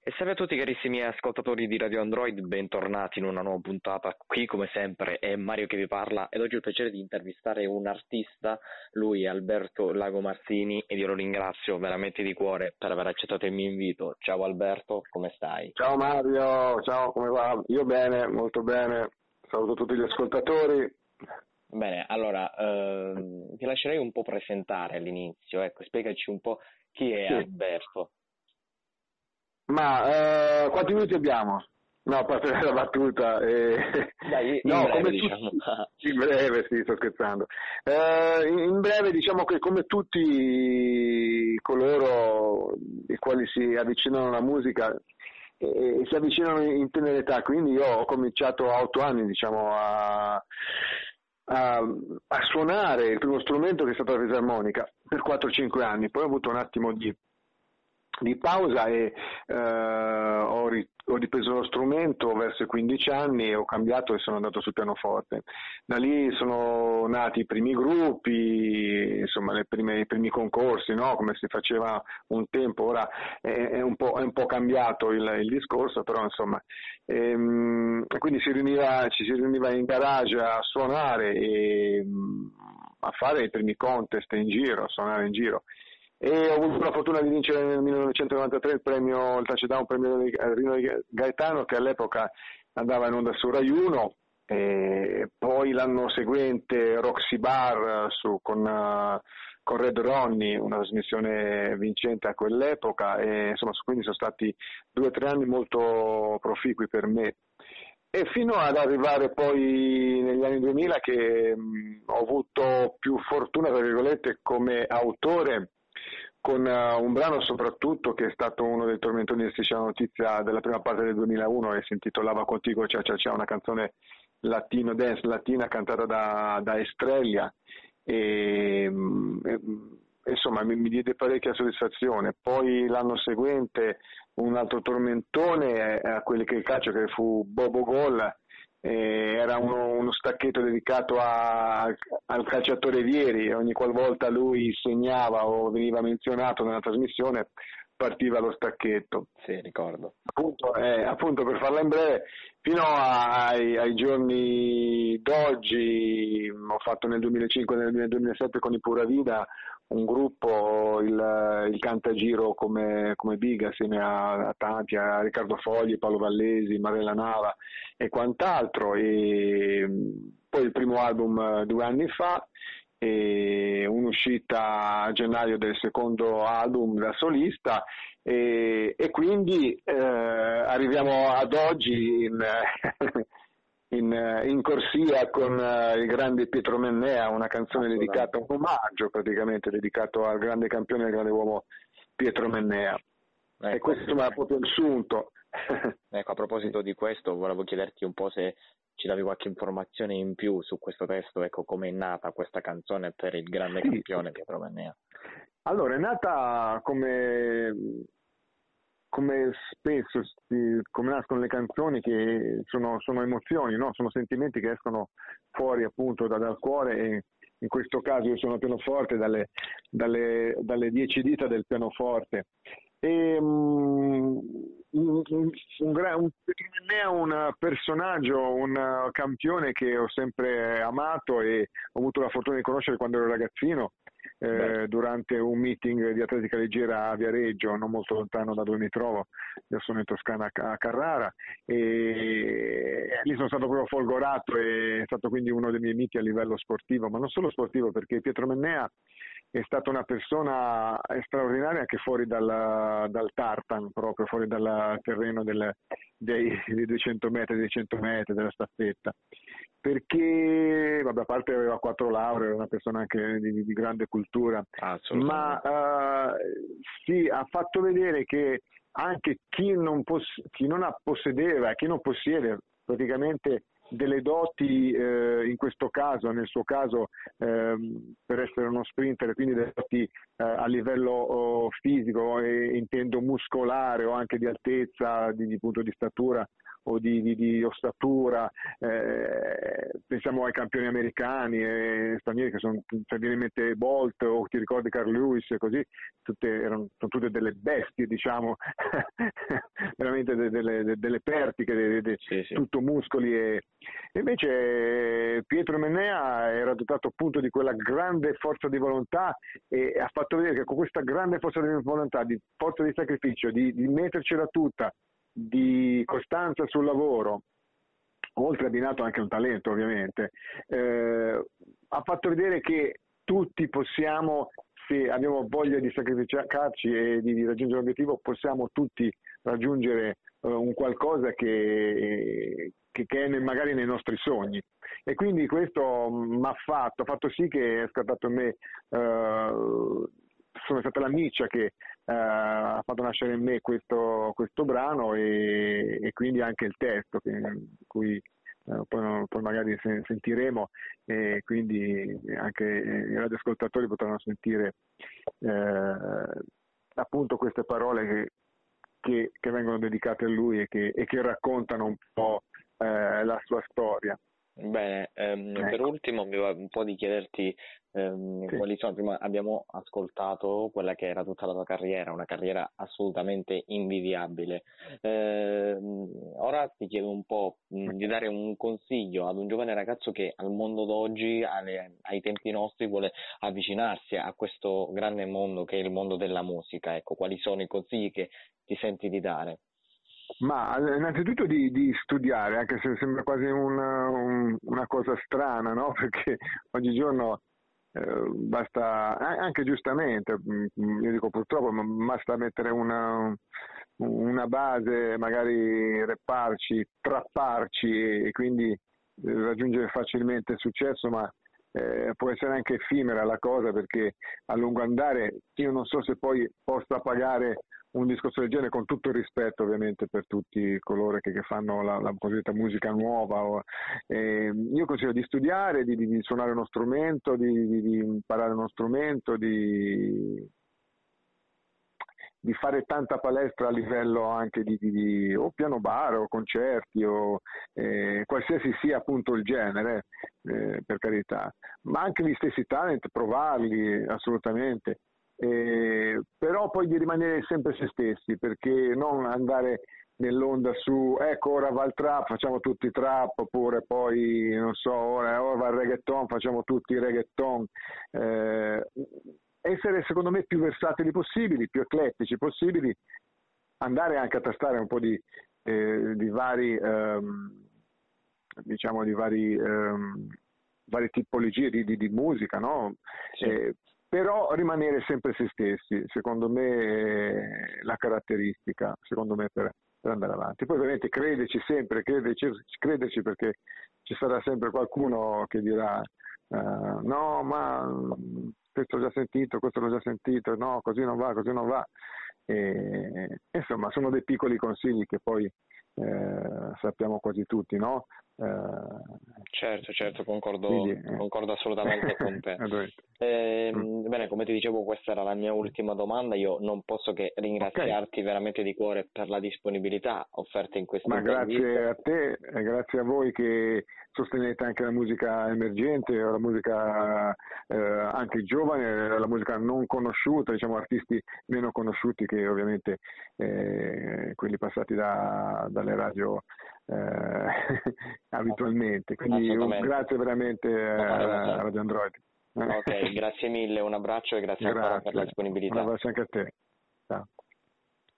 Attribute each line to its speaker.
Speaker 1: E salve a tutti carissimi ascoltatori di Radio Android, bentornati in una nuova puntata. Qui come sempre è Mario che vi parla ed oggi ho il piacere di intervistare un artista, lui è Alberto Lagomarsini ed io lo ringrazio veramente di cuore per aver accettato il mio invito. Ciao Alberto, come stai?
Speaker 2: Ciao Mario, ciao, come va? Io bene, molto bene. Saluto tutti gli ascoltatori.
Speaker 1: Bene, allora ti lascerei un po' presentare all'inizio, ecco, spiegaci un po' chi è
Speaker 2: Sì.
Speaker 1: Alberto.
Speaker 2: Quanti minuti abbiamo? No, a parte la battuta.
Speaker 1: Dai, in
Speaker 2: No,
Speaker 1: breve
Speaker 2: come
Speaker 1: diciamo.
Speaker 2: tutti, in breve, sì, sto scherzando. In breve diciamo che come tutti coloro i quali si avvicinano alla musica, si avvicinano in tenera età, quindi io ho cominciato a 8 anni, diciamo, a suonare il primo strumento che è stata la fisarmonica per 4-5 anni, poi ho avuto un attimo di pausa e ho ripreso lo strumento verso i 15 anni e ho cambiato e sono andato sul pianoforte. Da lì sono nati i primi gruppi, insomma i primi concorsi, no? Come si faceva un tempo, ora è un po' cambiato il discorso, però insomma, quindi ci si riuniva in garage a suonare e a fare i primi contest in giro, a suonare in giro. E ho avuto la fortuna di vincere nel 1993 il touchdown premio di Rino Gaetano, che all'epoca andava in onda su Rai 1, e poi l'anno seguente Roxy Bar con Red Ronnie, una trasmissione vincente a quell'epoca, e insomma quindi sono stati 2 o 3 anni molto proficui per me. E fino ad arrivare poi negli anni 2000 che ho avuto più fortuna, tra virgolette, come autore, con un brano soprattutto che è stato uno dei tormentoni del Striscia la Notizia della prima parte del 2001 e si intitolava Contigo Cia Cia Cia, una canzone dance latina cantata da Estrella e insomma mi diede parecchia soddisfazione. Poi l'anno seguente un altro tormentone a quelli che il calcio, che fu Bobo Gol, era uno stacchetto dedicato al calciatore Vieri, e ogni qualvolta lui segnava o veniva menzionato nella trasmissione partiva lo stacchetto.
Speaker 1: Sì, ricordo.
Speaker 2: Appunto, per farla in breve, fino ai giorni d'oggi ho fatto nel 2005 e nel 2007 con i Pura Vida un gruppo, il Cantagiro come Biga, assieme a tanti, a Riccardo Fogli, Paolo Vallesi, Marella Nava e quant'altro, e poi il primo album 2 anni fa e un'uscita a gennaio del secondo album da solista e quindi arriviamo ad oggi in corsia con il grande Pietro Mennea, una canzone dedicata, un omaggio praticamente dedicato al grande campione, al grande uomo Pietro Mennea.
Speaker 1: Ecco.
Speaker 2: E questo mi ha proprio assunto.
Speaker 1: Ecco, a proposito di questo, volevo chiederti un po' se ci davi qualche informazione in più su questo testo, ecco, come è nata questa canzone per il grande campione Pietro Mennea.
Speaker 2: Allora, è nata come spesso come nascono le canzoni, che sono emozioni, no? Sono sentimenti che escono fuori appunto dal cuore, e in questo caso io sono pianoforte, dalle 10 dita del pianoforte. E un personaggio, un campione che ho sempre amato e ho avuto la fortuna di conoscere quando ero ragazzino, durante un meeting di atletica leggera a Viareggio, non molto lontano da dove mi trovo. Io sono in Toscana, a Carrara, e lì sono stato proprio folgorato, e è stato quindi uno dei miei miti a livello sportivo, ma non solo sportivo, perché Pietro Mennea è stata una persona straordinaria anche fuori dal tartan, proprio fuori dal terreno dei 200 metri, dei 100 metri, della staffetta, perché vabbè, a parte aveva 4 lauree, era una persona anche di grande cultura, ma sì, ha fatto vedere che anche chi non possedeva, chi non possiede praticamente delle doti, in questo caso, nel suo caso, per essere uno sprinter, quindi delle doti a livello fisico, e intendo muscolare o anche di altezza, di punto di statura o di ossatura, pensiamo ai campioni americani e stranieri che sono, cioè, viene in mente Bolt o ti ricordi Carl Lewis e così, sono tutte delle bestie, diciamo, veramente delle pertiche,
Speaker 1: Sì, sì.
Speaker 2: tutto muscoli e invece Pietro Mennea era dotato appunto di quella grande forza di volontà e ha fatto vedere che con questa grande forza di volontà, di forza di sacrificio, di mettercela tutta, di costanza sul lavoro, oltre abbinato anche un talento ovviamente, ha fatto vedere che tutti possiamo, se abbiamo voglia di sacrificarci e di raggiungere l'obiettivo, possiamo tutti raggiungere un qualcosa che è magari nei nostri sogni. E quindi questo ha fatto sì che è scattato in me, sono stata la miccia che ha fatto nascere in me questo brano e quindi anche il testo, cui poi magari sentiremo e quindi anche i radioascoltatori potranno sentire appunto queste parole che vengono dedicate a lui e che raccontano un po' la sua storia.
Speaker 1: Bene, per
Speaker 2: Ecco.
Speaker 1: ultimo mi va un po' di chiederti
Speaker 2: Sì.
Speaker 1: quali sono, prima abbiamo ascoltato quella che era tutta la tua carriera, una carriera assolutamente invidiabile. Ora ti chiedo un po' di dare un consiglio ad un giovane ragazzo che al mondo d'oggi, ai tempi nostri, vuole avvicinarsi a questo grande mondo che è il mondo della musica. Ecco, quali sono i consigli che ti senti di dare?
Speaker 2: Ma innanzitutto di studiare, anche se sembra quasi una cosa strana, no? Perché oggigiorno basta, anche giustamente, io dico purtroppo, ma basta mettere una base, magari repparci, trapparci e quindi raggiungere facilmente il successo, ma può essere anche effimera la cosa perché a lungo andare io non so se poi possa pagare un discorso del genere, con tutto il rispetto ovviamente per tutti coloro che fanno la cosiddetta musica nuova. Io consiglio di studiare, di suonare uno strumento, di imparare uno strumento, di fare tanta palestra a livello anche di o piano bar o concerti o qualsiasi sia appunto il genere, per carità, ma anche gli stessi talent, provarli assolutamente. Però poi di rimanere sempre se stessi, perché non andare nell'onda su, ecco ora va il trap, facciamo tutti trap, oppure poi non so, ora va il reggaeton, facciamo tutti reggaeton. Essere secondo me più versatili possibili, più eclettici possibili, andare anche a tastare un po' di vari diciamo varie tipologie di musica, no?
Speaker 1: Sì.
Speaker 2: Però rimanere sempre se stessi, secondo me è la caratteristica, secondo me per andare avanti. Poi ovviamente crederci sempre, crederci perché ci sarà sempre qualcuno che dirà no, ma questo l'ho già sentito, no, così non va, così non va. Insomma, sono dei piccoli consigli che poi sappiamo quasi tutti, no?
Speaker 1: Certo,
Speaker 2: Quindi,
Speaker 1: concordo assolutamente con te.
Speaker 2: Mm.
Speaker 1: Bene, come ti dicevo, questa era la mia ultima domanda. Io non posso che
Speaker 2: Ok,
Speaker 1: ringraziarti veramente di cuore per la disponibilità offerta in questa
Speaker 2: ma
Speaker 1: intervista.
Speaker 2: grazie a te e grazie a voi che sostenete anche la musica emergente, la musica anche giovane, la musica non conosciuta, diciamo artisti meno conosciuti che ovviamente quelli passati dalle radio abitualmente. Quindi
Speaker 1: Assolutamente,
Speaker 2: grazie veramente
Speaker 1: lo faremo
Speaker 2: a
Speaker 1: sempre.
Speaker 2: Radio Android.
Speaker 1: Ok, grazie mille, un abbraccio e grazie ancora per la
Speaker 2: Grazie, un
Speaker 1: disponibilità.
Speaker 2: abbraccio anche a te. Ciao.